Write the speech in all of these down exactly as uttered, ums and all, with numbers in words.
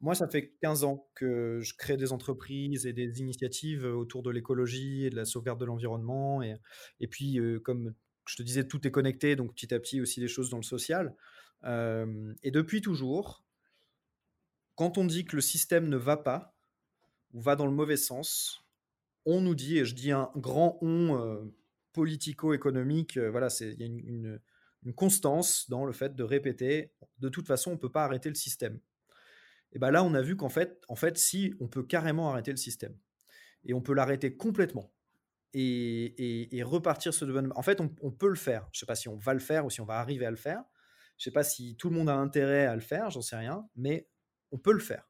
moi, ça fait quinze ans que je crée des entreprises et des initiatives autour de l'écologie et de la sauvegarde de l'environnement et et puis, heu, comme je te disais, tout est connecté, donc petit à petit aussi des choses dans le social. Hem et depuis toujours, quand on dit que le système ne va pas ou va dans le mauvais sens, on nous dit, et je dis un grand «on», heu, politico-économique, heu, voilà, c'est il y a une une une constance dans le fait de répéter: «De toute façon, on ne peut pas arrêter le système». Et bah, là, on a vu qu'en fait en fait, si, on peut carrément arrêter le système et on peut l'arrêter complètement et et et repartir sur de bonnes en fait, on on peut le faire. Je sais pas si on va le faire ou si on va arriver à le faire. Je sais pas si tout le monde a intérêt à le faire, j'en sais rien, mais on peut le faire.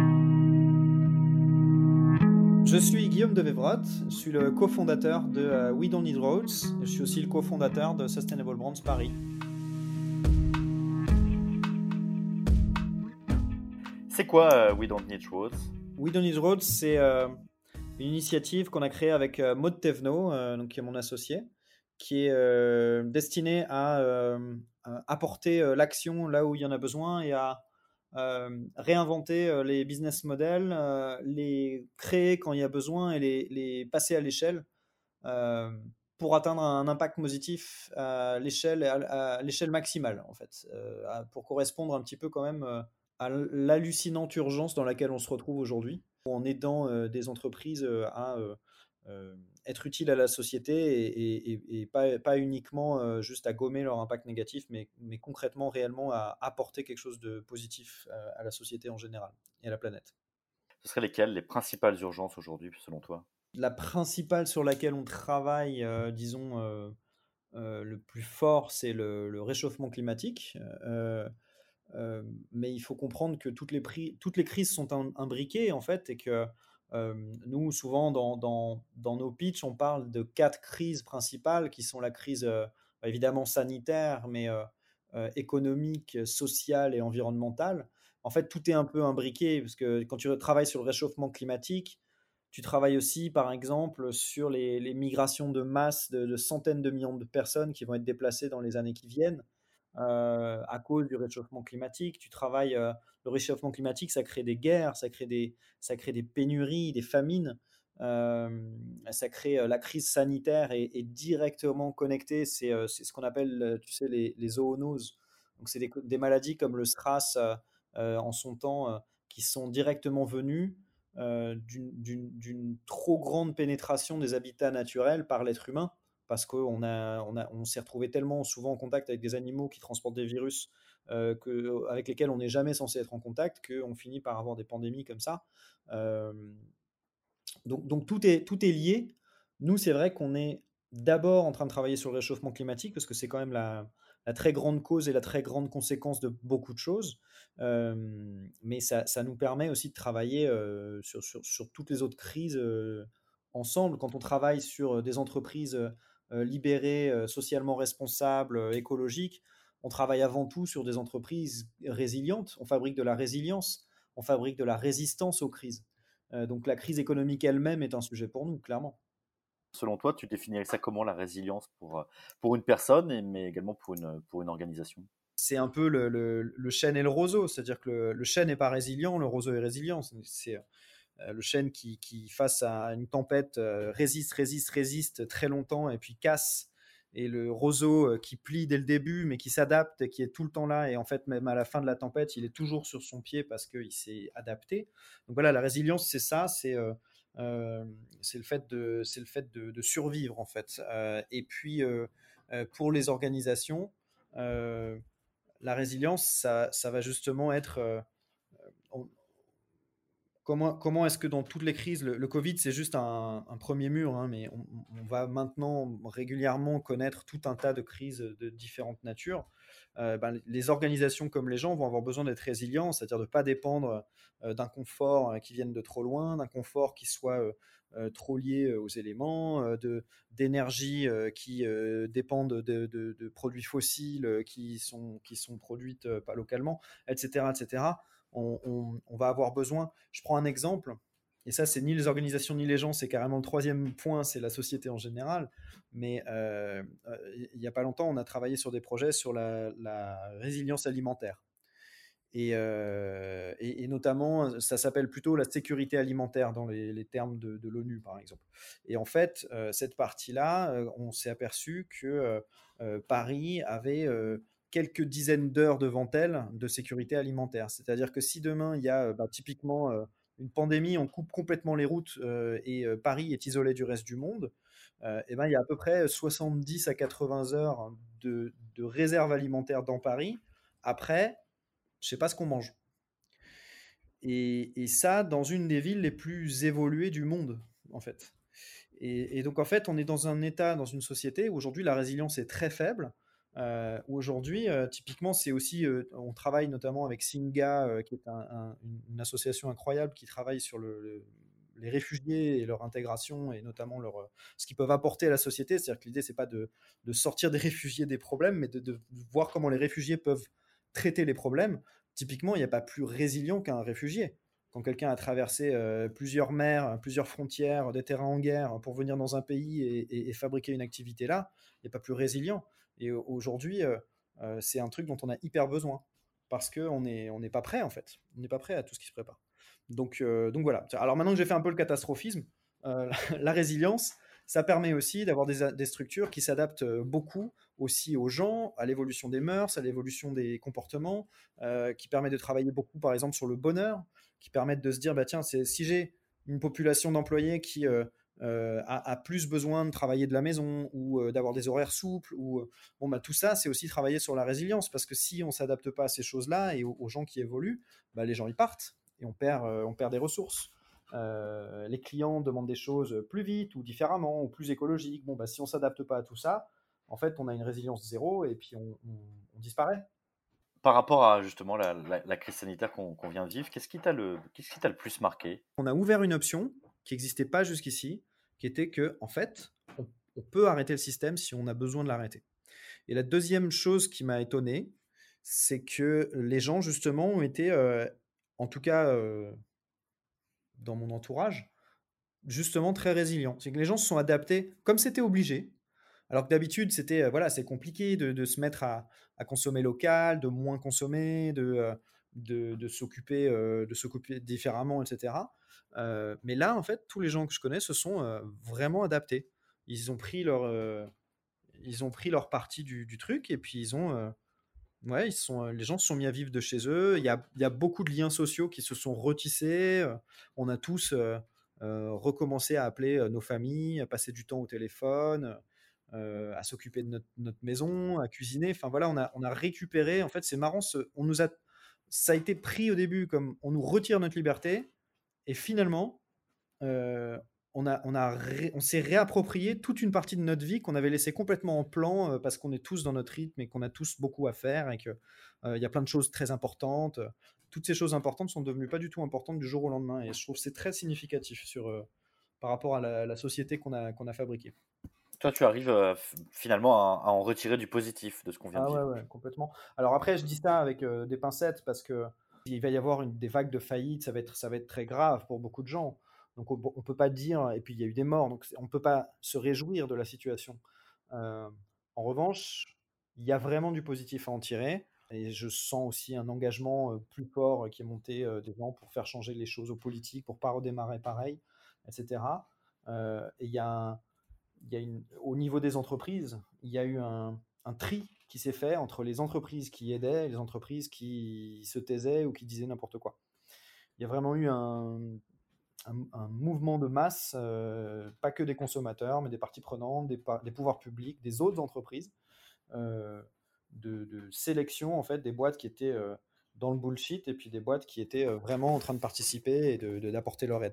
Je suis Guillaume de Vevrotte, je suis le cofondateur de, heu, We Don't Need Roads et je suis aussi le cofondateur de Sustainable Brands Paris. C'est quoi, heu, We Don't Need Roads? We Don't Need Roads, c'est, heu, une initiative qu'on a créée avec, heu, Maud Thévenot, heu, donc qui est mon associé, qui est, heu, destinée à, hem, à apporter, heu, l'action là où il y en a besoin et à, hem, réinventer, heu, les business models, heu, les créer quand il y a besoin et les les passer à l'échelle, hem, pour atteindre un impact positif à l'échelle à à l'échelle maximale, en fait, heu, à pour correspondre un petit peu quand même, heu, à l'hallucinante urgence dans laquelle on se retrouve aujourd'hui, en aidant, heu, des entreprises, heu, à, heu, heu, être utiles à la société et et et et pas pas uniquement, heu, juste à gommer leur impact négatif, mais mais concrètement, réellement à apporter quelque chose de positif, heu, à la société en général et à la planète. Ce seraient lesquelles les principales urgences aujourd'hui, selon toi? La principale sur laquelle on travaille, heu, disons, heu heu, le plus fort, c'est le le réchauffement climatique, heu heu, mais il faut comprendre que toutes les prix toutes les crises sont im imbriquées, en fait, et que, hem, nous, souvent, dans dans dans nos pitchs, on parle de quatre crises principales qui sont la crise, heu, évidemment sanitaire, mais heu heu, économique, sociale et environnementale. En fait, tout est un peu imbriqué parce que quand tu travailles sur le réchauffement climatique, tu travailles aussi, par exemple, sur les les migrations de masse de de centaines de millions de personnes qui vont être déplacées dans les années qui viennent, heu, à cause du réchauffement climatique. Tu travailles, heu, le réchauffement climatique, ça crée des guerres, ça crée des ça crée des pénuries, des famines, hem, ça crée, heu, la crise sanitaire est est directement connectée. C'est, heu, c'est ce qu'on appelle, heu, tu sais, les les zoonoses. Donc c'est des co des maladies comme le SRAS, heu heu, en son temps, heu, qui sont directement venues, heu, d'une d'une d'une trop grande pénétration des habitats naturels par l'être humain. Parce qu'on a on a on s'est retrouvé tellement souvent en contact avec des animaux qui transportent des virus, heu, que avec lesquels on n'est jamais censé être en contact, qu'on finit par avoir des pandémies comme ça. Hem, donc donc tout est tout est lié. Nous, c'est vrai qu'on est d'abord en train de travailler sur le réchauffement climatique parce que c'est quand même la la très grande cause et la très grande conséquence de beaucoup de choses. Hem, mais ça ça nous permet aussi de travailler, heu, sur sur sur toutes les autres crises, heu, ensemble. Quand on travaille sur, heu, des entreprises, heu heu, libérées, heu, socialement responsables, heu, écologiques, on travaille avant tout sur des entreprises résilientes. On fabrique de la résilience, on fabrique de la résistance aux crises. Heu, donc la crise économique elle-même est un sujet pour nous, clairement. Selon toi, tu définirais ça comment la résilience pour, heu, pour une personne et mais également pour une, pour une organisation? C'est un peu le le le chêne et le roseau, c'est-à-dire que le le chêne n'est pas résilient, le roseau est résilient. C'est c'est, heu, le chêne qui qui face à une tempête, heu, résiste, résiste, résiste très longtemps et puis casse, et le roseau, heu, qui plie dès le début, mais qui s'adapte et qui est tout le temps là, et en fait, même à la fin de la tempête, il est toujours sur son pied parce qu'il s'est adapté. Donc voilà, la résilience, c'est ça, c'est, heu, hem, c'est le fait de c'est le fait de de survivre, en fait, heu et puis, heu heu, pour les organisations, heu, la résilience, ça ça va justement être, heu, on Comment, comment est-ce que dans toutes les crises, le, le Covid, c'est juste un, un premier mur, hein, mais on, on va maintenant régulièrement connaître tout un tas de crises de différentes natures. Euh, ben, les organisations comme les gens vont avoir besoin d'être résilients, c'est-à-dire de ne pas dépendre euh, d'un confort euh, qui vienne de trop loin, d'un confort qui soit euh, euh, trop lié euh, aux éléments, euh, de, d'énergie euh, qui euh, dépendent de, de- de produits fossiles euh, qui sont, qui sont produites euh, pas localement, et cetera, et cetera. On, on- on va avoir besoin. Je prends un exemple, et ça, c'est ni les organisations ni les gens, c'est carrément le troisième point, c'est la société en général. Mais euh, euh, il n'y a pas longtemps, on a travaillé sur des projets sur la, la résilience alimentaire. Et, euh, et, et notamment, ça s'appelle plutôt la sécurité alimentaire dans les, les termes de, de l'ONU, par exemple. Et en fait, euh, cette partie-là, euh, on s'est aperçu que euh, euh, Paris avait euh, quelques dizaines d'heures devant elle de sécurité alimentaire. C'est-à-dire que si demain, il y a euh, bah, typiquement euh, une pandémie, on coupe complètement les routes euh, et euh, Paris est isolé du reste du monde, euh, et ben, il y a à peu près soixante-dix à quatre-vingts heures de, de réserve alimentaire dans Paris. Après, je sais pas ce qu'on mange. Et, et ça, dans une des villes les plus évoluées du monde, en fait. Et, et donc, en fait, on est dans un état, dans une société où aujourd'hui la résilience est très faible. Euh, où aujourd'hui, euh, typiquement, c'est aussi, euh, on travaille notamment avec Singa, euh, qui est un- un- une, une association incroyable qui travaille sur le, le- les réfugiés et leur intégration et notamment leur, euh, ce qu'ils peuvent apporter à la société. C'est-à-dire que l'idée, c'est pas de, de sortir des réfugiés des problèmes, mais de, de voir comment les réfugiés peuvent traiter les problèmes. Typiquement, il n'y a pas plus résilient qu'un réfugié. Quand quelqu'un a traversé euh, plusieurs mers, plusieurs frontières, des terrains en guerre pour venir dans un pays et, et- et fabriquer une activité là, il n'est pas plus résilient. Et aujourd'hui, euh, euh, c'est un truc dont on a hyper besoin parce qu'on n'est on n'est pas prêt en fait. On n'est pas prêt à tout ce qui se prépare. Donc, euh, donc voilà. Alors maintenant que j'ai fait un peu le catastrophisme, euh, la résilience, ça permet aussi d'avoir des, des structures qui s'adaptent euh, beaucoup aussi aux gens, à l'évolution des mœurs, à l'évolution des comportements, euh, qui permet de travailler beaucoup par exemple sur le bonheur, qui permettent de se dire, bah tiens, c'est, si j'ai une population d'employés qui euh, euh, a, a, plus besoin de travailler de la maison ou euh, d'avoir des horaires souples, ou euh, bon, bah, tout ça, c'est aussi travailler sur la résilience, parce que si on ne s'adapte pas à ces choses-là et aux, aux gens qui évoluent, bah, les gens ils partent et on perd, euh, on perd des ressources. Euh, les clients demandent des choses plus vite ou différemment ou plus écologiques. Bon, bah, si on ne s'adapte pas à tout ça, en fait, on a une résilience zéro et puis on, on, on disparaît. Par rapport à justement la, la- la crise sanitaire qu'on qu'on vient de vivre, qu'est-ce qui t'a le, qu'est-ce qui t'a le plus marqué? On a ouvert une option qui n'existait pas jusqu'ici, qui était que, en fait, on, on peut arrêter le système si on a besoin de l'arrêter. Et la deuxième chose qui m'a étonné, c'est que les gens, justement, ont été, euh, en tout cas euh, dans mon entourage, justement très résilients. C'est que les gens se sont adaptés comme c'était obligé. Alors que d'habitude, c'était euh, voilà, c'est compliqué de, de se mettre à, à consommer local, de moins consommer, de, euh, de, de s'occuper euh, de s'occuper différemment, et cetera. Euh, mais là, en fait, tous les gens que je connais se sont euh, vraiment adaptés. Ils ont pris leur, euh, ils ont pris leur partie du, du truc et puis ils ont, euh, ouais, ils sont, euh, les gens se sont mis à vivre de chez eux. Il y a, il y a beaucoup de liens sociaux qui se sont retissés. Euh, On a tous euh, euh, recommencé à appeler euh, nos familles, à passer du temps au téléphone, euh, à s'occuper de notre, notre maison, à cuisiner. Enfin voilà, on a, on a récupéré. En fait, c'est marrant. ce- on nous a, ça a été pris au début comme on nous retire notre liberté et finalement, euh, on a, on a ré- on s'est réapproprié toute une partie de notre vie qu'on avait laissé complètement en plan euh, parce qu'on est tous dans notre rythme et qu'on a tous beaucoup à faire et que euh, il y a plein de choses très importantes. Toutes ces choses importantes sont devenues pas du tout importantes du jour au lendemain et je trouve que c'est très significatif sur, euh, par rapport à la, la société qu'on a, qu'on a fabriquée. Toi, tu arrives euh, f- finalement à, à en retirer du positif de ce qu'on vient de Ah ouais, vivre. ouais, complètement. Alors après, je dis ça avec euh, des pincettes parce que il va y avoir une, des vagues de faillite, ça va être, ça va être très grave pour beaucoup de gens. Donc on, ne peut pas dire, et puis il y a eu des morts, donc on ne peut pas se réjouir de la situation. Euh, En revanche, il y a vraiment du positif à en tirer, et je sens aussi un engagement euh, plus fort euh, qui est monté euh, des gens pour faire changer les choses aux politiques, pour pas redémarrer pareil, et cetera. Euh, et il y a un, il y a une, au niveau des entreprises, il y a eu un, un tri qui s'est fait entre les entreprises qui aidaient et les entreprises qui se taisaient ou qui disaient n'importe quoi. Il y a vraiment eu un, un, un mouvement de masse, euh, pas que des consommateurs, mais des parties prenantes, des, des pouvoirs publics, des autres entreprises, euh, de, de, sélection en fait des boîtes qui étaient euh, dans le bullshit et puis des boîtes qui étaient euh, vraiment en train de participer et de, de, d'apporter leur aide.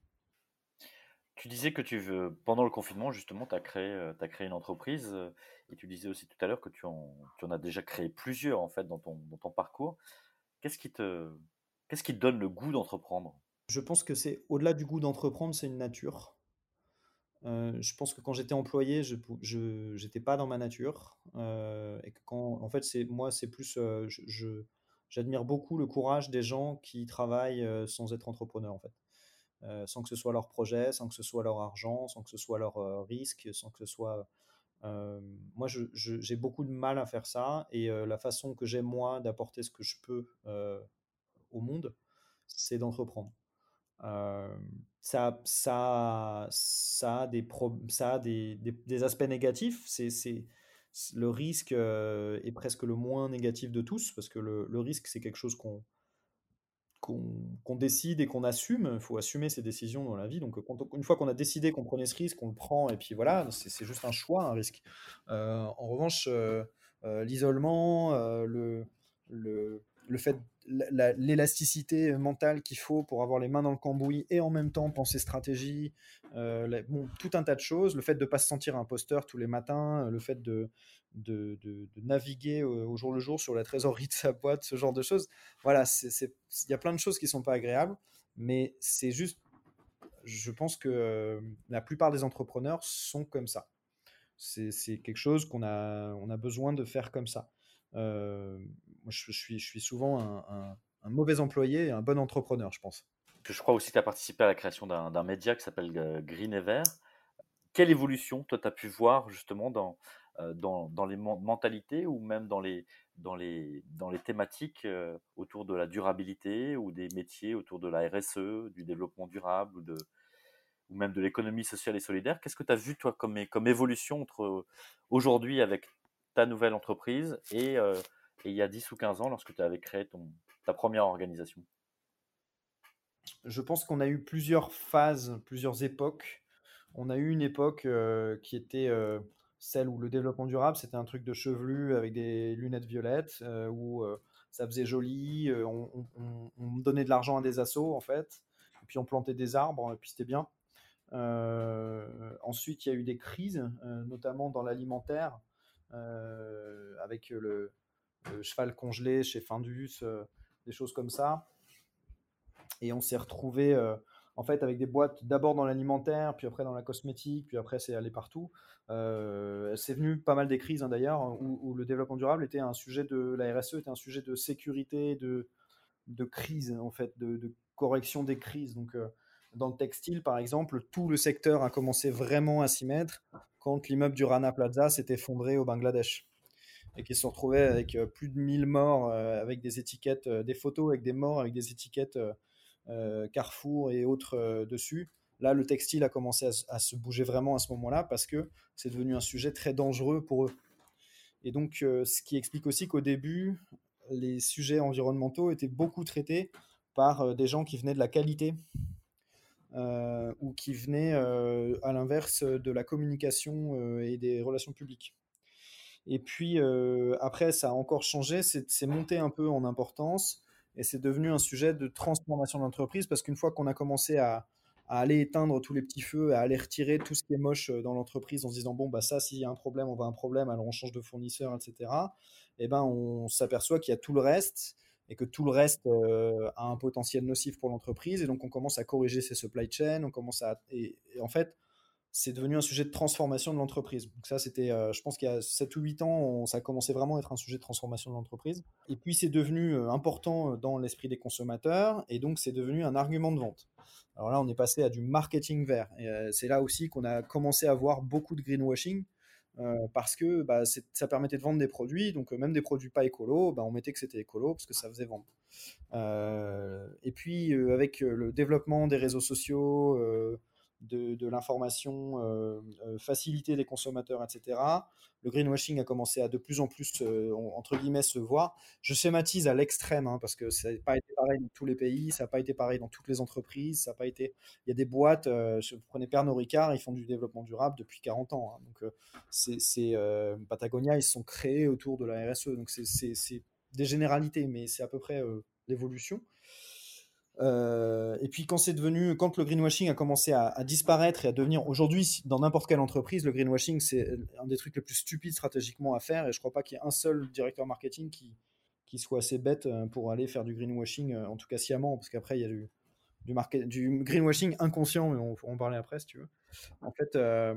Tu disais que tu veux, pendant le confinement, justement, tu as créé, euh, t'as créé une entreprise euh, et tu disais aussi tout à l'heure que tu en, tu en as déjà créé plusieurs en fait dans ton, dans ton parcours. Qu'est-ce qui te, qu'est-ce qui te donne le goût d'entreprendre? Je pense que c'est au-delà du goût d'entreprendre, c'est une nature. Euh, je pense que quand j'étais employé, je, pou- je, j'étais pas dans ma nature. Euh, et que quand, en fait, c'est moi, c'est plus, euh, je, je- j'admire beaucoup le courage des gens qui travaillent euh, sans être entrepreneurs, en fait. Euh, sans que ce soit leur projet, sans que ce soit leur argent, sans que ce soit leur euh, risque, sans que ce soit. Euh, moi, je, je- j'ai beaucoup de mal à faire ça et euh, la façon que j'ai moi d'apporter ce que je peux euh, au monde, c'est d'entreprendre. Euh, ça, ça, ça a des, pro- ça a des, des- des aspects négatifs. C'est, c'est, c'est- le risque euh, est presque le moins négatif de tous parce que le, le risque, c'est quelque chose qu'on qu'on qu'on décide et qu'on assume. Il faut assumer ses décisions dans la vie. Donc, quand on- une fois qu'on a décidé qu'on prenait ce risque, on le prend et puis voilà, c'est c'est juste un choix, un risque. Euh, en revanche, euh, euh, l'isolement, euh, le, le, le fait, la- la- l'élasticité mentale qu'il faut pour avoir les mains dans le cambouis et en même temps penser stratégie, euh, la- bon, tout un tas de choses. Le fait de ne pas se sentir imposteur tous les matins, le fait de, de, de- de naviguer au, au jour le jour sur la trésorerie de sa boîte, ce genre de choses. Voilà, c'est, c'est- il y a plein de choses qui sont pas agréables, mais c'est juste, je pense que euh, la plupart des entrepreneurs sont comme ça. C'est, c'est quelque chose qu'on a, on a besoin de faire comme ça. Euh, moi, je, je suis, je suis souvent un, un- un mauvais employé et un bon entrepreneur, je pense. Que je crois aussi que tu as participé à la création d'un d'un média qui s'appelle euh, Green et Vert. Quelle évolution, toi, tu as pu voir justement dans, euh, dans, dans les men- mentalités ou même dans les, dans les, dans les thématiques euh, autour de la durabilité ou des métiers autour de la R S E, du développement durable ou, de, ou même de l'économie sociale et solidaire? Qu'est-ce que tu as vu, toi, comme, é- comme évolution entre euh, aujourd'hui avec ta nouvelle entreprise et, euh, et il y a dix ou quinze ans lorsque tu avais créé ton, ta première organisation? Je pense qu'on a eu plusieurs phases, plusieurs époques. On a eu une époque euh, qui était euh, celle où le développement durable, c'était un truc de chevelu avec des lunettes violettes, euh, où euh, ça faisait joli, euh, on, on- on- on donnait de l'argent à des assos, en fait, et puis on plantait des arbres, et puis c'était bien. Euh, ensuite, il y a eu des crises, euh, notamment dans l'alimentaire, euh, avec le, le cheval congelé chez Findus, euh, des choses comme ça. Et on s'est retrouvé euh, en fait avec des boîtes d'abord dans l'alimentaire, puis après dans la cosmétique, puis après c'est allé partout. Euh, c'est venu pas mal des crises hein, d'ailleurs, où, où le développement durable était un sujet de la R S E, était un sujet de sécurité, de, de crise en fait, de, de correction des crises. Donc euh, dans le textile par exemple, tout le secteur a commencé vraiment à s'y mettre quand l'immeuble du Rana Plaza s'est effondré au Bangladesh et qui se sont retrouvés avec euh, plus de mille morts, euh, avec des étiquettes, euh, des photos avec des morts, avec des étiquettes euh, euh, Carrefour et autres euh, dessus. Là, le textile a commencé à, à se bouger vraiment à ce moment-là parce que c'est devenu un sujet très dangereux pour eux. Et donc, euh, ce qui explique aussi qu'au début, les sujets environnementaux étaient beaucoup traités par euh, des gens qui venaient de la qualité euh, ou qui venaient, euh, à l'inverse, de la communication euh, et des relations publiques. Et puis euh, après, ça a encore changé, c'est c'est monté un peu en importance et c'est devenu un sujet de transformation de l'entreprise parce qu'une fois qu'on a commencé à, à aller éteindre tous les petits feux, à aller retirer tout ce qui est moche euh, dans l'entreprise en se disant bon bah ça s'il y a un problème, on va un problème, alors on change de fournisseur, et cetera. Et ben on s'aperçoit qu'il y a tout le reste et que tout le reste euh, a un potentiel nocif pour l'entreprise et donc on commence à corriger ses supply chains, on commence à et, et en fait c'est devenu un sujet de transformation de l'entreprise. Donc ça, c'était, euh, je pense qu'il y a sept ou huit ans, on- ça a commencé vraiment à être un sujet de transformation de l'entreprise. Et puis, c'est devenu euh, important dans l'esprit des consommateurs, et donc c'est devenu un argument de vente. Alors là, on est passé à du marketing vert. Et euh, c'est là aussi qu'on a commencé à voir beaucoup de greenwashing, euh, parce que bah, c'est- ça permettait de vendre des produits, donc euh, même des produits pas écolos, bah, on mettait que c'était écolo, parce que ça faisait vendre. Euh, et puis, euh, avec euh, le développement des réseaux sociaux, euh, de, de l'information, euh, euh, faciliter les consommateurs, et cetera, le greenwashing a commencé à de plus en plus, euh, on- entre guillemets, se voir. Je schématise à l'extrême, hein, parce que ça n'a pas été pareil dans tous les pays, ça n'a pas été pareil dans toutes les entreprises, ça n'a pas été... Il y a des boîtes, euh, je prenais Pernod Ricard, ils font du développement durable depuis quarante ans. Hein, donc, euh, c'est, c'est, euh, Patagonia, ils se sont créés autour de la R S E, donc c'est c'est- c'est des généralités, mais c'est à peu près euh, l'évolution. Euh, et puis quand c'est devenu, quand le greenwashing a commencé à, à disparaître et à devenir aujourd'hui, si- dans n'importe quelle entreprise, le greenwashing c'est un des trucs les plus stupides stratégiquement à faire. Et je crois pas qu'il y ait un seul directeur marketing qui, qui soit assez bête euh, pour aller faire du greenwashing, euh, en tout cas sciemment, parce qu'après il y a du, du, market, du greenwashing inconscient, mais on pourra en parler après si tu veux. En fait, euh,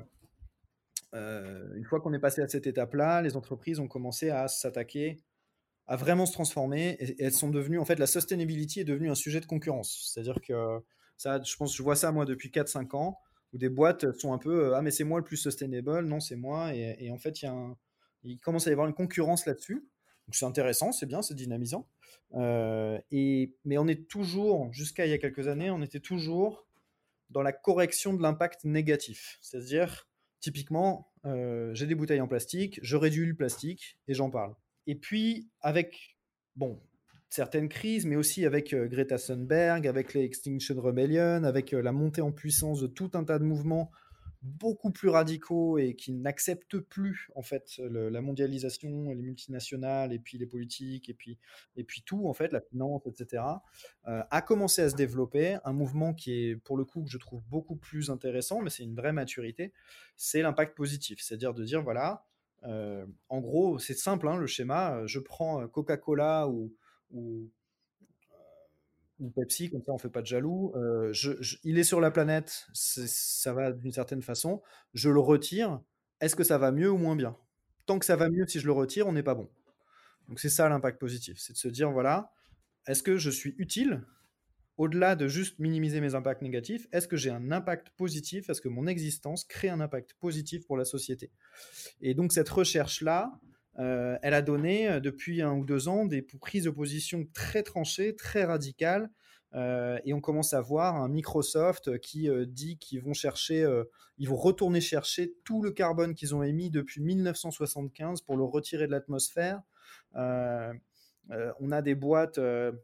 euh, une fois qu'on est passé à cette étape-là, les entreprises ont commencé à s'attaquer à vraiment se transformer et, et elles sont devenues, en fait, la sustainability est devenue un sujet de concurrence. C'est-à-dire que ça, je pense, je vois ça moi depuis quatre cinq ans. où des boîtes sont un peu euh, ah mais c'est moi le plus sustainable, non c'est moi, et, et en fait il y a un, il commence à y avoir une concurrence là-dessus. Donc c'est intéressant, c'est bien, c'est dynamisant. Euh, et, mais on est toujours, jusqu'à il y a quelques années, on était toujours dans la correction de l'impact négatif. C'est-à-dire, typiquement, euh, j'ai des bouteilles en plastique, je réduis le plastique et j'en parle. Et puis, avec, bon, certaines crises, mais aussi avec euh, Greta Thunberg, avec les Extinction Rebellion, avec euh, la montée en puissance de tout un tas de mouvements beaucoup plus radicaux et qui n'acceptent plus en fait le- la mondialisation, les multinationales et puis les politiques et puis et puis tout en fait, la finance, et cetera, euh, a commencé à se développer un mouvement qui est pour le coup que je trouve beaucoup plus intéressant, mais c'est une vraie maturité, c'est l'impact positif, c'est-à-dire de dire voilà, euh, en gros c'est simple hein, le schéma, euh, je prends euh, Coca-Cola ou, ou ou Pepsi, comme ça on fait pas de jaloux. Euh, je- je- il est sur la planète, c'est- ça va d'une certaine façon. Je le retire. Est-ce que ça va mieux ou moins bien? Tant que ça va mieux, si je le retire, on n'est pas bon. Donc c'est ça l'impact positif, c'est de se dire voilà, est-ce que je suis utile au-delà de juste minimiser mes impacts négatifs? Est-ce que j'ai un impact positif? Est-ce que mon existence crée un impact positif pour la société? Et donc cette recherche-là, euh, elle a donné euh, depuis un ou deux ans des prises de position très tranchées, très radicales. Euh, et on commence à voir un Microsoft qui euh, dit qu'ils vont chercher, euh, ils vont retourner chercher tout le carbone qu'ils ont émis depuis mille neuf cent soixante-quinze pour le retirer de l'atmosphère. Euh, euh, on a des boîtes euh,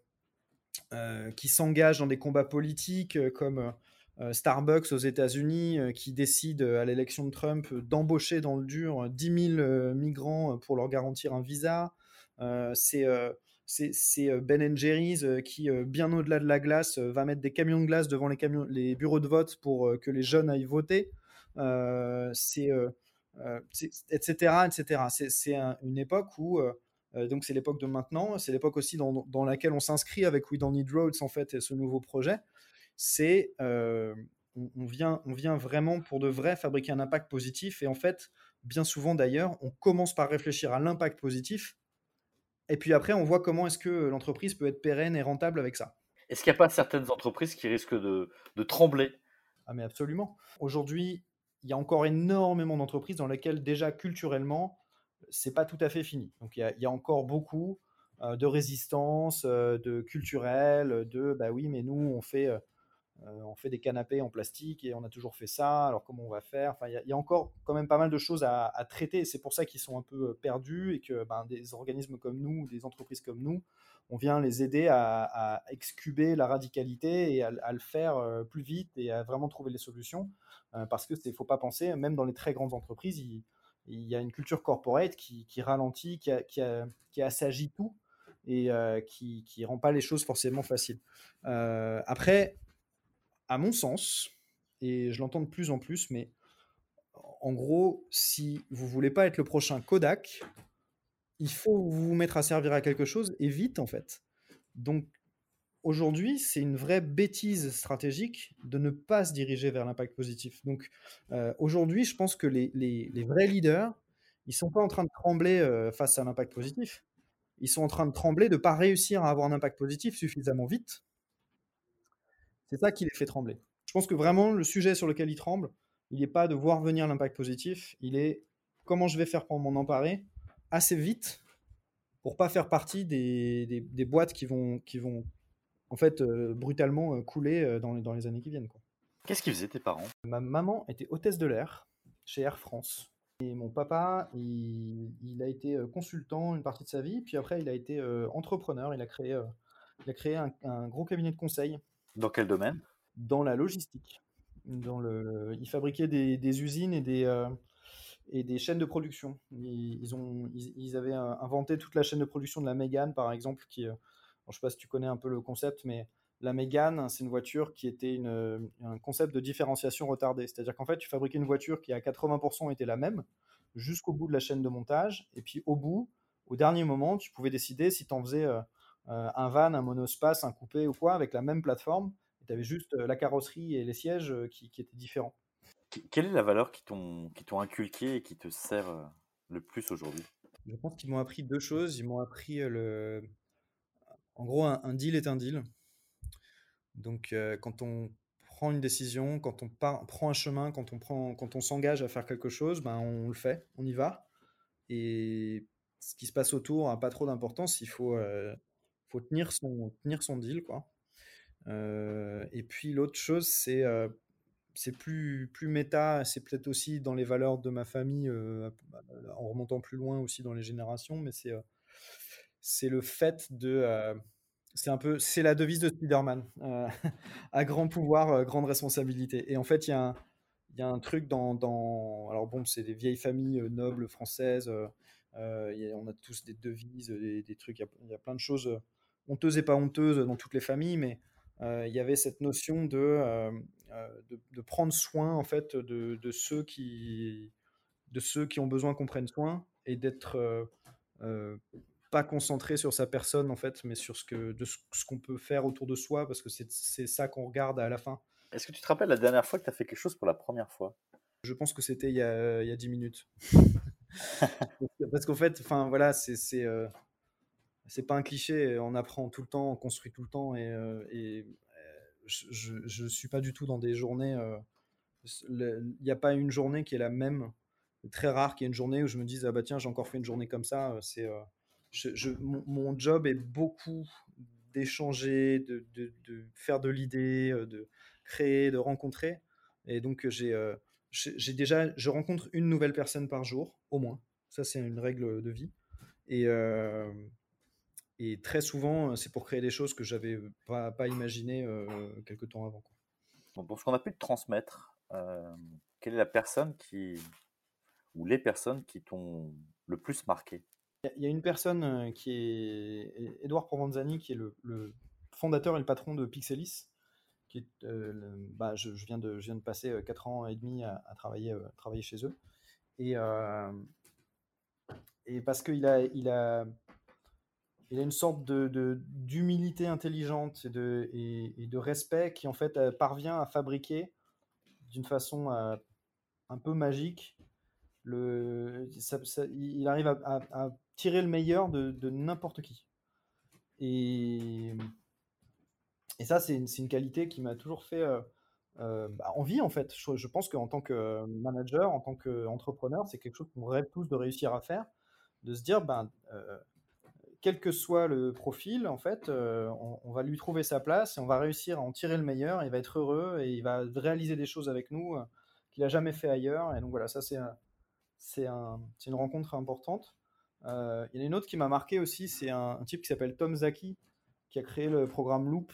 euh, qui s'engagent dans des combats politiques euh, comme euh, Starbucks aux États-Unis euh, qui décide euh, à l'élection de Trump euh, d'embaucher dans le dur euh, dix mille euh, migrants euh, pour leur garantir un visa. Euh, c'est euh, c'est c'est, euh, Ben Jerry's euh, qui, euh, bien au-delà de la glace, euh, va mettre des camions de glace devant les, camions, les bureaux de vote pour euh, que les jeunes aillent voter. Euh, c'est, euh, euh, c'est- et cetera, et cetera. C'est c'est un- une époque où euh, euh, donc c'est l'époque de maintenant, c'est l'époque aussi dans, dans laquelle on s'inscrit avec We Don't Need Roads en fait, et ce nouveau projet. C'est euh, on, on vient, on vient vraiment pour de vrai fabriquer un impact positif et en fait, bien souvent d'ailleurs, on commence par réfléchir à l'impact positif et puis après on voit comment est-ce que l'entreprise peut être pérenne et rentable avec ça. Est-ce qu'il n'y a pas certaines entreprises qui risquent de, de trembler? Ah mais absolument. Aujourd'hui, il y a encore énormément d'entreprises dans lesquelles déjà culturellement, c'est pas tout à fait fini. Donc il y a, il y a encore beaucoup euh, de résistance, euh, de culturel, de bah oui, mais nous on fait, euh, on fait des canapés en plastique et on a toujours fait ça. Alors comment on va faire? Enfin, il y, a, il y a encore quand même pas mal de choses à, à traiter. C'est pour ça qu'ils sont un peu euh, perdus et que ben, des organismes comme nous, des entreprises comme nous, on vient les aider à, à excuber la radicalité et à, à le faire euh, plus vite et à vraiment trouver les solutions. Euh, parce que c'est, faut pas penser, même dans les très grandes entreprises, il, il y a une culture corporate qui, qui ralentit, qui, a, qui, a, qui assagit tout et euh, qui, qui rend pas les choses forcément faciles. Euh, après, à mon sens, et je l'entends de plus en plus, mais en gros, si vous voulez pas être le prochain Kodak, il faut vous mettre à servir à quelque chose et vite en fait. Donc aujourd'hui, c'est une vraie bêtise stratégique de ne pas se diriger vers l'impact positif. Donc euh, aujourd'hui, je pense que les, les, les, vrais leaders, ils sont pas en train de trembler euh, face à l'impact positif. Ils sont en train de trembler de ne pas réussir à avoir un impact positif suffisamment vite. C'est ça qui les fait trembler. Je pense que vraiment, le sujet sur lequel ils tremblent, il n'est pas de voir venir l'impact positif, il est comment je vais faire pour m'en emparer assez vite pour pas faire partie des, des, des boîtes qui vont, qui vont en fait euh, brutalement euh, couler euh, dans, les- dans les années qui viennent, quoi. Qu'est-ce qu'ils faisaient tes parents? Ma maman était hôtesse de l'air chez Air France. Et mon papa, il, il a été euh, consultant une partie de sa vie, puis après il a été euh, entrepreneur, il a créé, euh, il a créé un, un gros cabinet de conseil Dans quel domaine? dans la logistique. Dans le, ils fabriquaient des, des usines et des, euh, et des chaînes de production. Ils, ils ont, ils, ils avaient euh, inventé toute la chaîne de production de la Mégane, par exemple, qui, euh, je ne sais pas si tu connais un peu le concept, mais la Mégane, c'est une voiture qui était une, un concept de différenciation retardée. C'est-à-dire qu'en fait, tu fabriquais une voiture qui à quatre-vingts pour cent était la même jusqu'au bout de la chaîne de montage, et puis au bout, au dernier moment, tu pouvais décider si tu en faisais euh, euh, un van, un monospace, un coupé ou quoi, avec la même plateforme. Tu avais juste euh, la carrosserie et les sièges euh, qui, qui étaient différents. Qu- Quelle est la valeur qui t'ont qui t'ont inculqué et qui te sert euh, le plus aujourd'hui? Je pense qu'ils m'ont appris deux choses. Ils m'ont appris euh, le... En gros, un, un deal est un deal. Donc, euh, quand on prend une décision, quand on part, prend un chemin, quand on prend, quand on s'engage à faire quelque chose, ben on le fait, on y va. Et ce qui se passe autour n'a pas trop d'importance. Il faut, euh, faut tenir son, tenir son deal, quoi. Euh, et puis l'autre chose, c'est euh, c'est plus, plus méta, c'est peut-être aussi dans les valeurs de ma famille, euh, en remontant plus loin aussi dans les générations, mais c'est euh, c'est le fait de... euh, c'est un peu, c'est la devise de Spider-Man. Euh, à grand pouvoir, euh, grande responsabilité. Et en fait, il y a un, il y a un truc dans, dans... Alors bon, c'est des vieilles familles euh, nobles françaises. euh, euh, il y a- on a tous des devises, des, des trucs. Il y, a, il y a plein de choses euh, honteuses et pas honteuses dans toutes les familles, mais euh, il y avait cette notion de, euh, euh, de, de prendre soin en fait de, de ceux qui, de ceux qui ont besoin qu'on prenne soin et d'être euh, euh, pas concentré sur sa personne en fait, mais sur ce que de ce, ce qu'on peut faire autour de soi parce que c'est c'est ça qu'on regarde à la fin. Est-ce que tu te rappelles la dernière fois que tu as fait quelque chose pour la première fois? Je pense que c'était il y a, il y a dix minutes. Parce qu'en fait, enfin voilà, c'est c'est euh, c'est pas un cliché. On apprend tout le temps, on construit tout le temps et, euh, et euh, je, je, je suis pas du tout dans des journées. euh, Il n'y a pas une journée qui est la même. C'est très rare qu'il y ait une journée où je me dise ah bah tiens j'ai encore fait une journée comme ça. euh, C'est euh, je, je- mon, mon job est beaucoup d'échanger, de, de, de faire de l'idée, euh, de créer, de rencontrer. Et donc euh, j'ai euh, j'ai j'ai déjà je rencontre une nouvelle personne par jour au moins. Ça c'est une règle de vie. Et euh, et très souvent, euh, c'est pour créer des choses que j'avais pas, pas imaginées euh, quelque temps avant, quoi. Bon, pour ce qu'on a pu te transmettre, euh, quelle est la personne qui, ou les personnes qui t'ont le plus marqué? Il y a une personne euh, qui est Edouard Provenzani, qui est le, le fondateur et le patron de Pixelis, qui est, euh, le- bah, je, je viens de, je viens de passer euh, quatre ans et demi à, à travailler, euh, travailler chez eux. Et, euh, et parce qu'il a, il a, il a une sorte de, de- d'humilité intelligente et de, et, et de respect qui en fait euh, parvient à fabriquer d'une façon euh, un peu magique. Le, ça- ça- il arrive à, à- à tirer le meilleur de, de n'importe qui. Et, et ça, c'est une, c'est une qualité qui m'a toujours fait euh, euh, bah, envie, en fait. Je, je pense qu'en tant que manager, en tant qu'entrepreneur, c'est quelque chose qu'on rêve tous de réussir à faire, de se dire, ben, euh, quel que soit le profil, en fait, euh, on, on va lui trouver sa place et on va réussir à en tirer le meilleur. Il va être heureux et il va réaliser des choses avec nous euh, qu'il n'a jamais fait ailleurs. Et donc voilà, ça, c'est un- c'est un, c'est une rencontre importante. Euh, il y en a une autre qui m'a marqué aussi, c'est un, un type qui s'appelle Tom Zaki, qui a créé le programme Loop,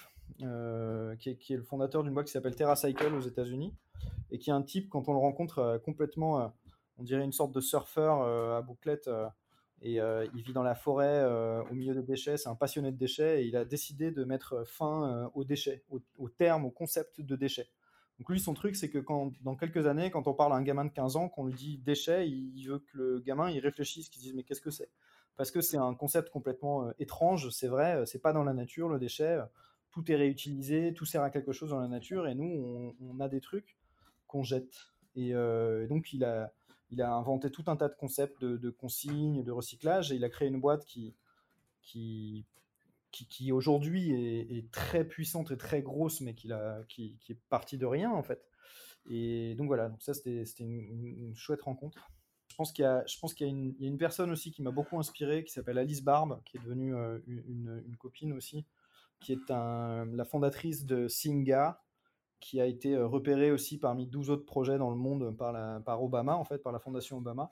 euh, qui, est, qui est le fondateur d'une boîte qui s'appelle TerraCycle aux États-Unis, et qui est un type, quand on le rencontre, euh, complètement, euh, on dirait une sorte de surfeur euh, à bouclette, euh, et euh, il vit dans la forêt, euh, au milieu des déchets, c'est un passionné de déchets, et il a décidé de mettre fin euh, aux déchets, au, au terme, au concept de déchets. Donc lui, son truc, c'est que quand, dans quelques années, quand on parle à un gamin de quinze ans, qu'on lui dit déchets, il veut que le gamin il réfléchisse, qu'il se dise mais qu'est-ce que c'est? Parce que c'est un concept complètement euh, étrange, c'est vrai, euh, c'est pas dans la nature le déchet, euh, tout est réutilisé, tout sert à quelque chose dans la nature, et nous, on, on a des trucs qu'on jette. Et, euh, et donc, il a, il a inventé tout un tas de concepts de, de consignes, de recyclage, et il a créé une boîte qui, qui, qui, qui aujourd'hui est, est très puissante et très grosse, mais qui, l'a- qui, qui est partie de rien, en fait. Et donc voilà, donc ça, c'était c'était une, une chouette rencontre. Je pense qu'il y a, je pense qu'il y a une, il y a une personne aussi qui m'a beaucoup inspiré, qui s'appelle Alice Barbe, qui est devenue euh, une, une copine aussi, qui est un, la fondatrice de Singa, qui a été euh, repérée aussi parmi douze autres projets dans le monde par, la, par Obama, en fait, par la fondation Obama,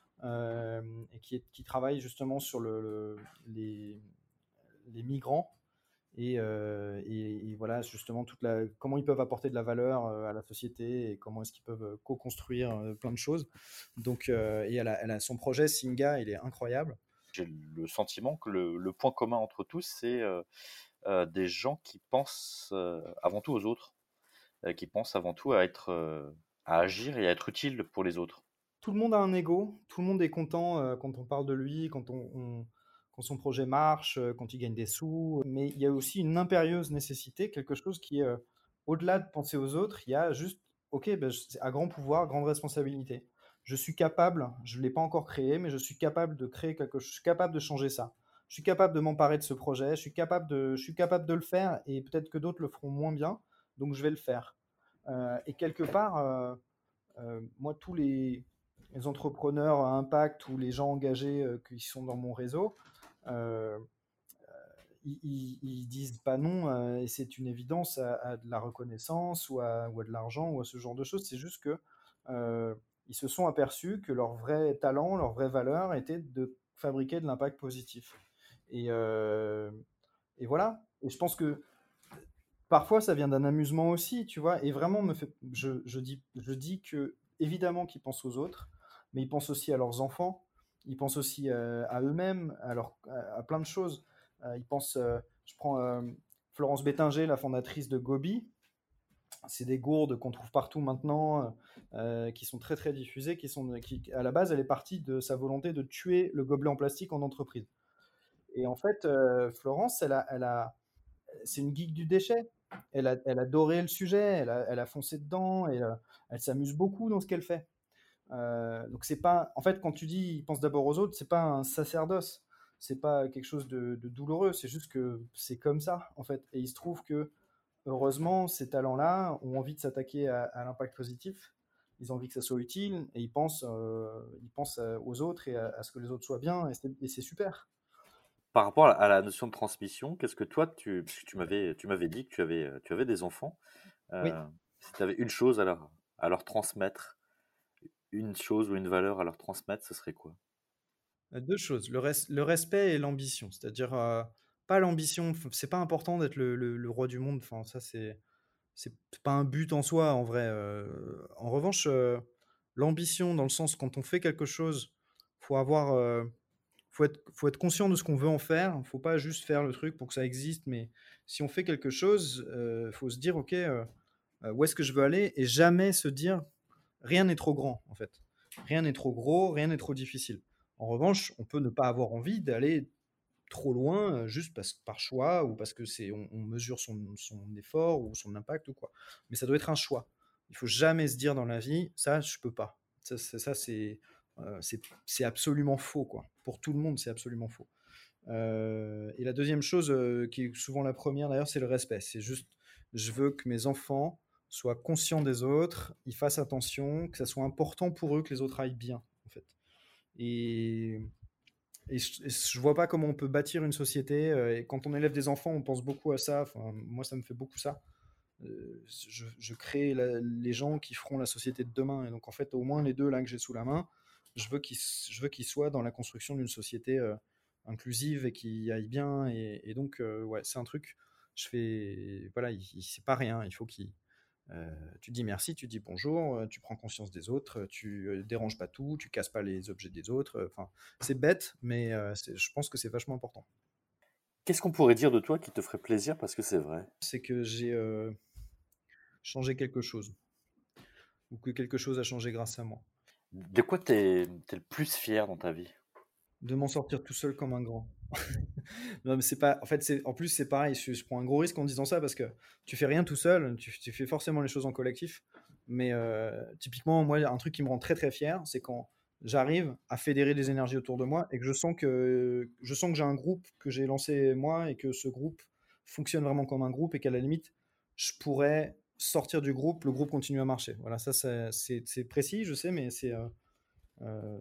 euh, et qui, est, qui travaille justement sur le, le- les, les migrants et, euh, et, et voilà justement toute la, comment ils peuvent apporter de la valeur euh, à la société et comment est-ce qu'ils peuvent euh, co-construire euh, plein de choses. Donc, euh, et elle a, elle a son projet Singa, il est incroyable. J'ai le sentiment que le, le point commun entre tous, c'est euh, euh, des gens qui pensent euh, avant tout aux autres, euh, qui pensent avant tout à être, euh, à agir et à être utile pour les autres. Tout le monde a un ego, tout le monde est content euh, quand on parle de lui, quand, on, on- quand son projet marche, euh, quand il gagne des sous. Mais il y a aussi une impérieuse nécessité, quelque chose qui est euh, au-delà de penser aux autres. Il y a juste, ok, ben, je- c'est à grand pouvoir, grande responsabilité. Je suis capable, je ne l'ai pas encore créé, mais je suis capable de créer quelque chose, je suis capable de changer ça. Je suis capable de m'emparer de ce projet, je suis capable de, je suis capable de le faire et peut-être que d'autres le feront moins bien, donc je vais le faire. Euh, et quelque part, euh, euh, moi, tous les, les entrepreneurs à impact ou les gens engagés euh, qui sont dans mon réseau, euh, ils, ils- ils disent pas non, euh, et c'est une évidence à, à de la reconnaissance ou à, ou à de l'argent ou à ce genre de choses. C'est juste que euh, ils se sont aperçus que leur vrai talent, leur vraie valeur était de fabriquer de l'impact positif. Et, euh, et voilà. Et je pense que parfois ça vient d'un amusement aussi, tu vois. Et vraiment, me fait, je, je dis, je dis que évidemment qu'ils pensent aux autres, mais ils pensent aussi à leurs enfants, ils pensent aussi euh, à eux-mêmes, à, leur- à, à plein de choses. Euh, ils pensent, euh, je prends euh, Florence Bettinger, la fondatrice de Gobi. C'est des gourdes qu'on trouve partout maintenant, euh, qui sont très très diffusées, qui sont, qui, à la base, elle est partie de sa volonté de tuer le gobelet en plastique en entreprise. Et en fait, euh, Florence, elle a, elle a, c'est une geek du déchet. Elle a, elle a doré le sujet, elle a, elle a foncé dedans, et euh, elle s'amuse beaucoup dans ce qu'elle fait. Euh, donc c'est pas, en fait, quand tu dis, pense d'abord aux autres, c'est pas un sacerdoce, c'est pas quelque chose de, de douloureux, c'est juste que c'est comme ça, en fait. Et il se trouve que heureusement, ces talents-là ont envie de s'attaquer à, à l'impact positif. Ils ont envie que ça soit utile et ils pensent, euh, ils pensent euh, aux autres et à, à ce que les autres soient bien, et c'est, et c'est super. Par rapport à à la notion de transmission, qu'est-ce que toi, tu, parce que tu m'avais, tu m'avais dit que tu avais, euh, tu avais des enfants, Oui, euh, si tu avais une chose à leur, à leur transmettre, une chose ou une valeur à leur transmettre, ce serait quoi? deux choses, le, res- le respect et l'ambition. C'est-à-dire, euh, pas l'ambition, f- c'est pas important d'être le, le- le roi du monde, enfin, ça c'est, c'est pas un but en soi en vrai. Euh, en revanche, euh, l'ambition dans le sens quand on fait quelque chose, faut avoir, euh, faut être, faut être conscient de ce qu'on veut en faire. Faut pas juste faire le truc pour que ça existe, mais si on fait quelque chose, euh, faut se dire ok, euh, euh, où est-ce que je veux aller et jamais se dire rien n'est trop grand en fait. Rien n'est trop gros, rien n'est trop difficile. En revanche, on peut ne pas avoir envie d'aller trop loin euh, juste parce, par choix ou parce que c'est on, on mesure son, son effort ou son impact ou quoi. Mais ça doit être un choix. Il faut jamais se dire dans la vie ça je peux pas. Ça, c'est- ça c'est euh, c'est c'est absolument faux quoi. Pour tout le monde c'est absolument faux. Euh, et la deuxième chose euh, qui est souvent la première d'ailleurs c'est le respect. C'est juste je veux que mes enfants soient conscients des autres, ils fassent attention, que ça soit important pour eux que les autres aillent bien en fait. Et et je, et je vois pas comment on peut bâtir une société. euh, Et quand on élève des enfants, on pense beaucoup à ça. Enfin, moi, ça me fait beaucoup ça. Euh, je, je crée la- les gens qui feront la société de demain. Et donc, en fait, au moins les deux là que j'ai sous la main, je veux qu'ils, je veux qu'ils soient dans la construction d'une société euh, inclusive et qui aille bien. Et, et donc, euh, ouais, c'est un truc. Je fais, voilà, il, il- c'est pas rien. Il faut qu'il euh, tu dis merci, tu dis bonjour, euh, tu prends conscience des autres, euh, tu euh, déranges pas tout, tu casses pas les objets des autres. euh, Enfin, c'est bête, mais euh, c'est- je pense que c'est vachement important. Qu'est-ce qu'on pourrait dire de toi qui te ferait plaisir parce que c'est vrai? C'est que j'ai euh, changé quelque chose, ou que quelque chose a changé grâce à moi. De quoi t'es, t'es le plus fier dans ta vie? De m'en sortir tout seul comme un grand. Non, mais c'est pas. En fait, c'est en plus c'est pareil. Je, je prends un gros risque en disant ça parce que tu fais rien tout seul. Tu, tu fais forcément les choses en collectif. Mais euh, typiquement, moi, un truc qui me rend très très fier, c'est quand j'arrive à fédérer des énergies autour de moi et que je sens que je sens que j'ai un groupe que j'ai lancé moi et que ce groupe fonctionne vraiment comme un groupe et qu'à la limite, je pourrais sortir du groupe, le groupe continue à marcher. Voilà, ça c'est c'est- c'est précis, je sais, mais c'est euh, euh,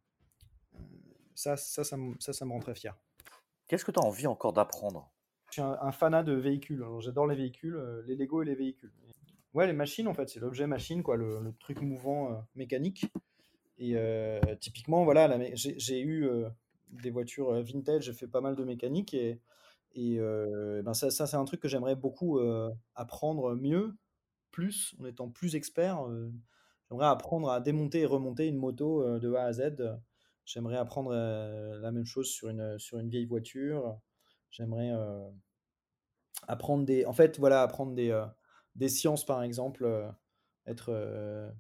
ça, ça, ça, me- ça, ça me rend très fier. Qu'est-ce que tu as envie encore d'apprendre? Je suis un, un fanat de véhicules. Alors, j'adore les véhicules, euh, les Lego et les véhicules. Ouais, les machines, en fait, c'est l'objet machine, quoi, le, le truc mouvant euh, mécanique. Et euh, typiquement, voilà, la mé- j'ai j'ai eu euh, des voitures euh, vintage, j'ai fait pas mal de mécanique et, et euh, ben ça, ça c'est un truc que j'aimerais beaucoup euh, apprendre mieux, plus, en étant plus expert. euh, j'aimerais apprendre à démonter et remonter une moto euh, de A à Z. J'aimerais apprendre euh, la même chose sur une, sur une vieille voiture. J'aimerais euh, apprendre des, en fait, voilà, apprendre des, euh, des sciences, par exemple, euh, être, euh,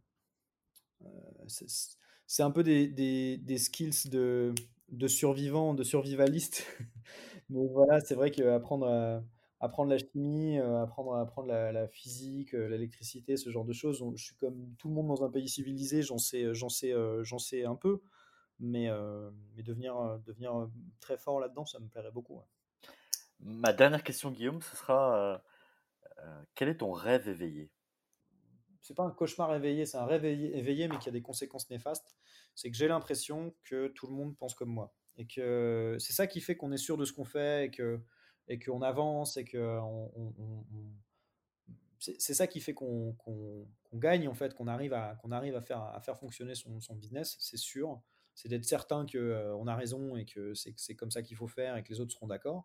c'est c'est un peu des, des, des skills de, de survivant, de survivaliste. Mais voilà, c'est vrai qu'apprendre à apprendre la chimie, euh, apprendre à apprendre la, la physique, euh, l'électricité, ce genre de choses. on- Je suis comme tout le monde dans un pays civilisé, j'en sais, j'en sais, euh, j'en sais un peu, mais, euh, mais devenir, euh, devenir euh, très fort là-dedans, ça me plairait beaucoup. Ouais. Ma dernière question, Guillaume, ce sera euh, euh, quel est ton rêve éveillé? c'est pas un cauchemar éveillé, c'est un rêve éveillé, éveillé, mais qui a des conséquences néfastes. C'est que j'ai l'impression que tout le monde pense comme moi. Et que c'est ça qui fait qu'on est sûr de ce qu'on fait et que et qu'on avance et que on, on- on- on- c'est c'est ça qui fait qu'on qu'on- qu'on gagne en fait, qu'on arrive à qu'on arrive à faire à faire fonctionner son, son business, c'est sûr. C'est d'être certain que euh, on a raison et que c'est c'est comme ça qu'il faut faire et que les autres seront d'accord.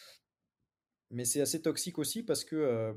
Mais c'est assez toxique aussi parce que euh,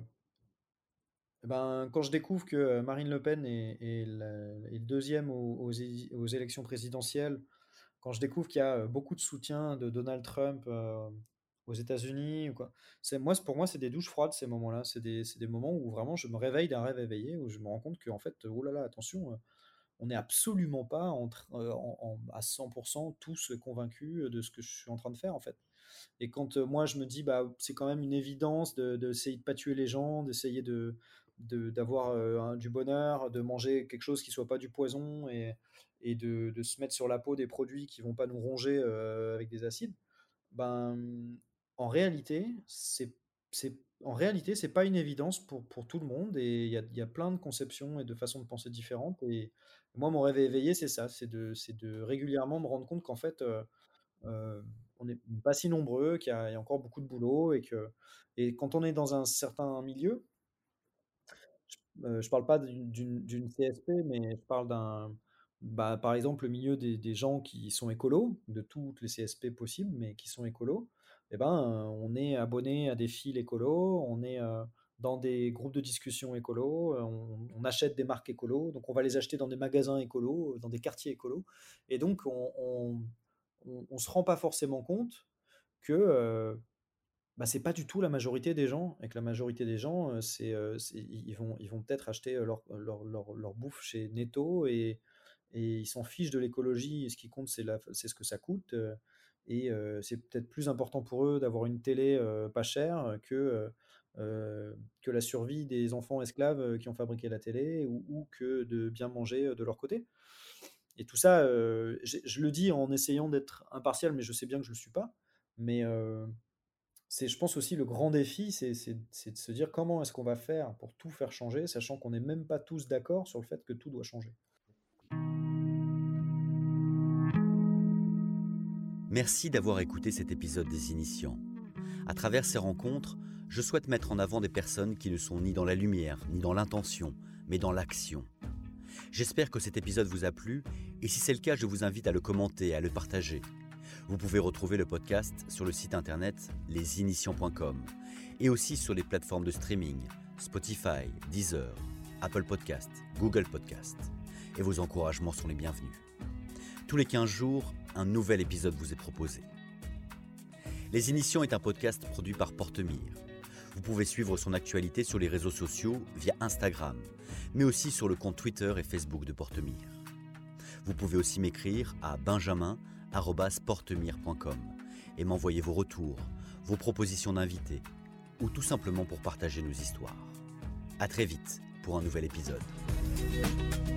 eh ben, quand je découvre que euh, Marine Le Pen est, est la- est le deuxième aux, aux é- aux élections présidentielles, quand je découvre qu'il y a euh, beaucoup de soutien de Donald Trump euh, aux États-Unis, ou quoi, c'est, moi, c'est- pour moi, c'est des douches froides ces moments-là. C'est des, c'est des moments où vraiment je me réveille d'un rêve éveillé, où je me rends compte qu'en fait, oh là là, attention, euh, on n'est absolument pas en tr- euh, en- en- à cent pour cent tous convaincus de ce que je suis en train de faire en fait. Et quand euh, moi je me dis, bah, c'est quand même une évidence de, de essayer de pas tuer les gens, d'essayer de, de- d'avoir euh, un- du bonheur, de manger quelque chose qui soit pas du poison et, et de, de se mettre sur la peau des produits qui vont pas nous ronger euh, avec des acides, ben, en réalité, c'est, c'est, en réalité, c'est pas une évidence pour, pour tout le monde et il y a, il y a plein de conceptions et de façons de penser différentes. Et moi, mon rêve éveillé, c'est ça, c'est de, c'est de régulièrement me rendre compte qu'en fait, euh, euh, on n'est pas si nombreux, qu'il y a, il y a encore beaucoup de boulot et que et quand on est dans un certain milieu, je, euh, je parle pas d'une d'une- d'une C S P, mais je parle d'un, bah, par exemple, le milieu des, des gens qui sont écolos, de toutes les C S P possibles, mais qui sont écolos. Eh ben, euh, on est abonné à des fils écolos, on est euh, dans des groupes de discussion écolos, euh, on, on achète des marques écolos, donc on va les acheter dans des magasins écolos, dans des quartiers écolos, et donc on, on, on, on se rend pas forcément compte que euh, bah, c'est pas du tout la majorité des gens, et que la majorité des gens, euh, c'est, euh, c'est- ils vont, ils vont peut-être acheter euh, leur, leur, leur, leur bouffe chez Netto et, et ils s'en fichent de l'écologie. Et ce qui compte, c'est la, c'est ce que ça coûte. euh, Et euh, c'est peut-être plus important pour eux d'avoir une télé euh, pas chère que, euh, euh, que la survie des enfants esclaves euh, qui ont fabriqué la télé ou, ou que de bien manger euh, de leur côté. Et tout ça, euh, j'ai- je le dis en essayant d'être impartial, mais je sais bien que je ne le suis pas. Mais euh, c'est, je pense aussi, le grand défi, c'est c'est- c'est de se dire comment est-ce qu'on va faire pour tout faire changer, sachant qu'on n'est même pas tous d'accord sur le fait que tout doit changer. Merci d'avoir écouté cet épisode des Initiants. À travers ces rencontres, je souhaite mettre en avant des personnes qui ne sont ni dans la lumière, ni dans l'intention, mais dans l'action. J'espère que cet épisode vous a plu, et si c'est le cas, je vous invite à le commenter et à le partager. Vous pouvez retrouver le podcast sur le site internet les initiants point com et aussi sur les plateformes de streaming Spotify, Deezer, Apple Podcasts, Google Podcasts. Et vos encouragements sont les bienvenus. Tous les quinze jours, un nouvel épisode vous est proposé. Les Initiants est un podcast produit par Portemire. Vous pouvez suivre son actualité sur les réseaux sociaux via Instagram, mais aussi sur le compte Twitter et Facebook de Portemire. Vous pouvez aussi m'écrire à benjamin arobase portemire point com et m'envoyer vos retours, vos propositions d'invités ou tout simplement pour partager nos histoires. À très vite pour un nouvel épisode.